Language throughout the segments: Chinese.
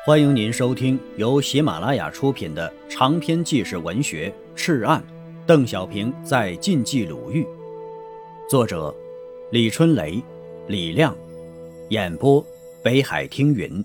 欢迎您收听由喜马拉雅出品的长篇纪实文学《赤案》，邓小平在晋冀鲁豫。作者李春雷、李亮，演播北海听云。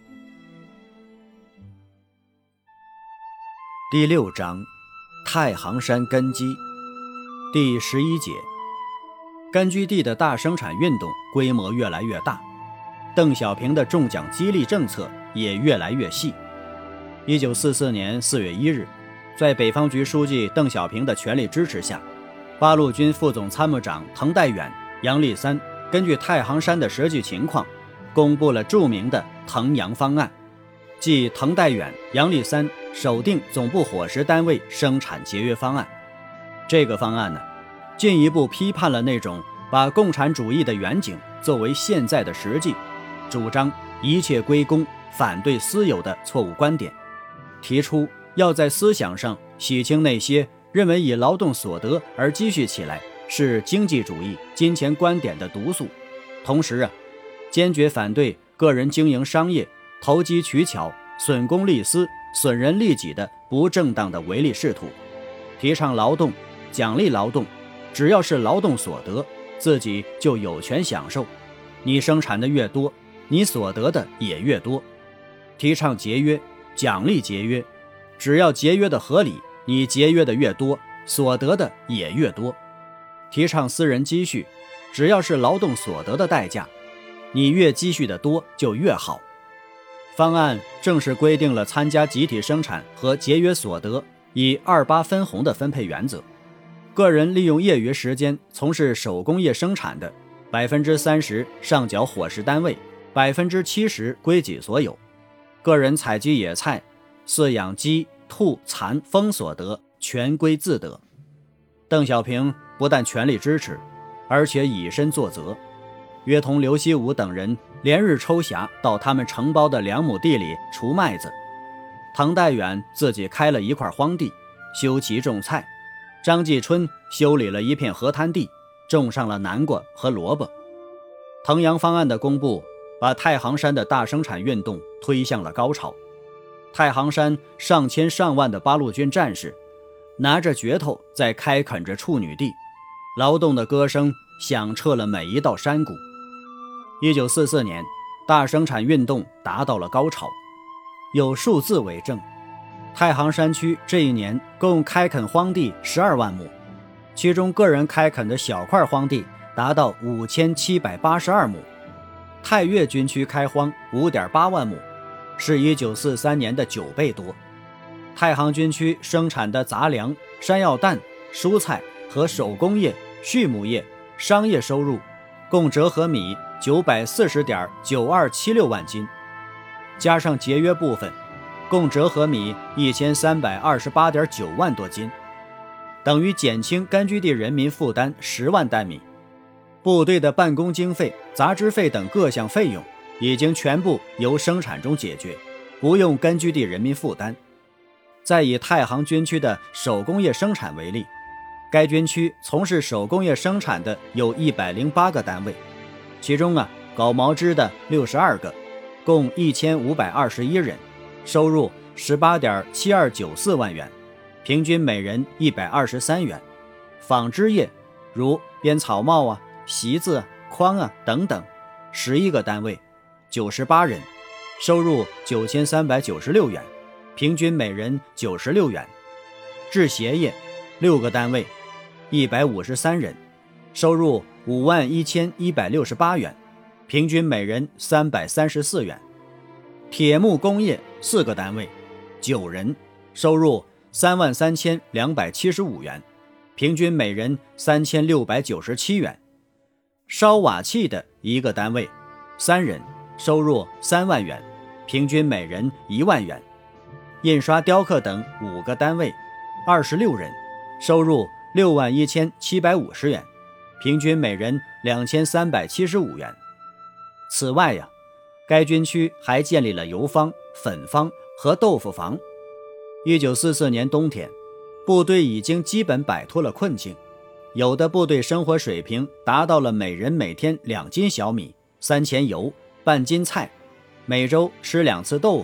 第6章，太行山根基。第11节，根据地的大生产运动规模越来越大，邓小平的中奖激励政策也越来越细。1944年4月1日，在北方局书记邓小平的全力支持下，八路军副总参谋长滕代远、杨立三根据太行山的实际情况，公布了著名的滕阳方案，即滕代远、杨立三首定总部伙食单位生产节约方案。这个方案呢，进一步批判了那种把共产主义的远景作为现在的实际，主张一切归公，反对私有的错误观点，提出要在思想上洗清那些认为以劳动所得而积蓄起来是经济主义金钱观点的毒素，同时坚决反对个人经营商业投机取巧、损公利私、损人利己的不正当的唯利是图，提倡劳动，奖励劳动，只要是劳动所得，自己就有权享受，你生产的越多，你所得的也越多。提倡节约，奖励节约，只要节约的合理，你节约的越多，所得的也越多。提倡私人积蓄，只要是劳动所得的代价，你越积蓄的多就越好。方案正式规定了参加集体生产和节约所得以28分红的分配原则，个人利用业余时间从事手工业生产的30%上缴伙食单位，70%归己所有，个人采集野菜、饲养鸡、兔、蚕、蜂所得全归自得。邓小平不但全力支持，而且以身作则，约同刘锡武等人连日抽辖到他们承包的2亩地里除麦子。滕代远自己开了一块荒地，修畦种菜。张继春修理了一片河滩地，种上了南瓜和萝卜。滕阳方案的公布，把太行山的大生产运动推向了高潮。太行山上千上万的八路军战士拿着镢头在开垦着处女地，劳动的歌声响彻了每一道山谷。1944年，大生产运动达到了高潮，有数字为证。太行山区这一年共开垦荒地12万亩，其中个人开垦的小块荒地达到5782亩。太岳军区开荒 5.8 万亩，是1943年的9倍多。太行军区生产的杂粮、山药蛋、蔬菜和手工业、畜牧业、商业收入共折合米 940.9276 万斤，加上节约部分，共折合米 1328.9 万多斤，等于减轻根据地人民负担10万担米。部队的办公经费、杂支费等各项费用已经全部由生产中解决，不用根据地人民负担。再以太行军区的手工业生产为例，该军区从事手工业生产的有108个单位，其中搞毛织的62个，共1521人，收入 18.7294 万元，平均每人123元。纺织业如编草帽席子、筐等等11个单位，98人，收入9396元，平均每人96元。制鞋业6个单位153人，收入51168元，平均每人334元。铁木工业4个单位9人，收入33275元，平均每人3697元。烧瓦器的1个单位3人，收入3万元，平均每人1万元。印刷雕刻等5个单位26人，收入61750元，平均每人2375元。此外该军区还建立了油坊、粉坊和豆腐坊。1944年冬天，部队已经基本摆脱了困境，有的部队生活水平达到了每人每天2斤小米、3钱油、半斤菜，每周吃2次豆腐，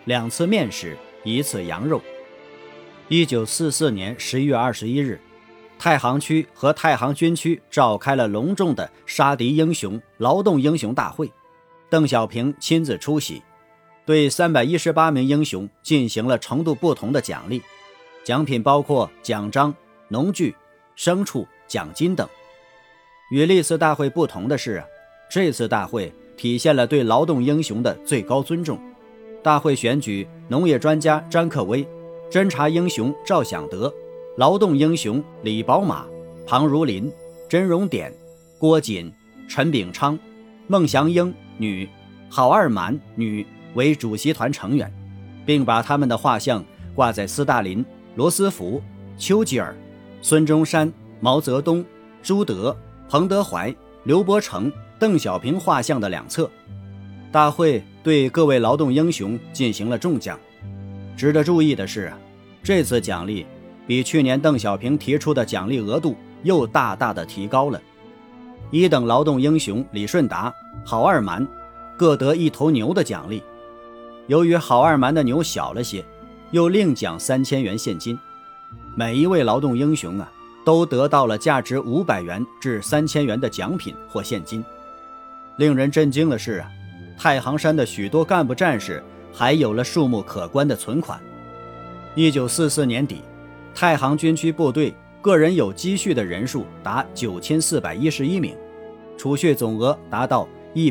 2次面食，1次羊肉。1944年11月21日，太行区和太行军区召开了隆重的杀敌英雄、劳动英雄大会，邓小平亲自出席，对318名英雄进行了程度不同的奖励，奖品包括奖章、农具、牲畜、奖金等。与历次大会不同的是，这次大会体现了对劳动英雄的最高尊重。大会选举农业专家詹克威、侦察英雄赵享德、劳动英雄李宝马、庞如林、甄荣典、郭瑾、陈炳昌、孟祥英女、郝二满女为主席团成员，并把他们的画像挂在斯大林、罗斯福、丘吉尔、孙中山、毛泽东、朱德、彭德怀、刘伯承、邓小平画像的2侧。大会对各位劳动英雄进行了重奖。值得注意的是，这次奖励比去年邓小平提出的奖励额度又大大的提高了。1等劳动英雄李顺达、郝二蛮各得1头牛的奖励，由于郝二蛮的牛小了些，又另奖3000元现金。每一位劳动英雄都得到了价值500元至3000元的奖品或现金。令人震惊的是，太行山的许多干部战士还有了数目可观的存款。1944年底，太行军区部队个人有积蓄的人数达9411名，储蓄总额达到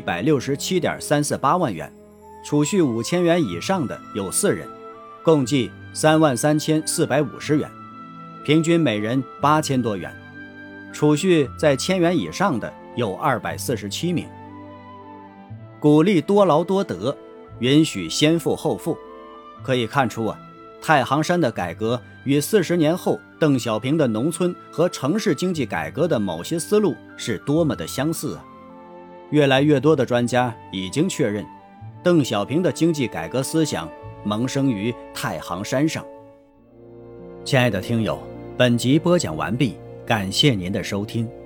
167.348万元，储蓄5000元以上的有4人，共计33450元，平均每人8000多元，储蓄在1000元以上的有247名。鼓励多劳多得，允许先富后富。可以看出太行山的改革与40年后邓小平的农村和城市经济改革的某些思路是多么的相似越来越多的专家已经确认，邓小平的经济改革思想萌生于太行山上。亲爱的听友，本集播讲完毕，感谢您的收听。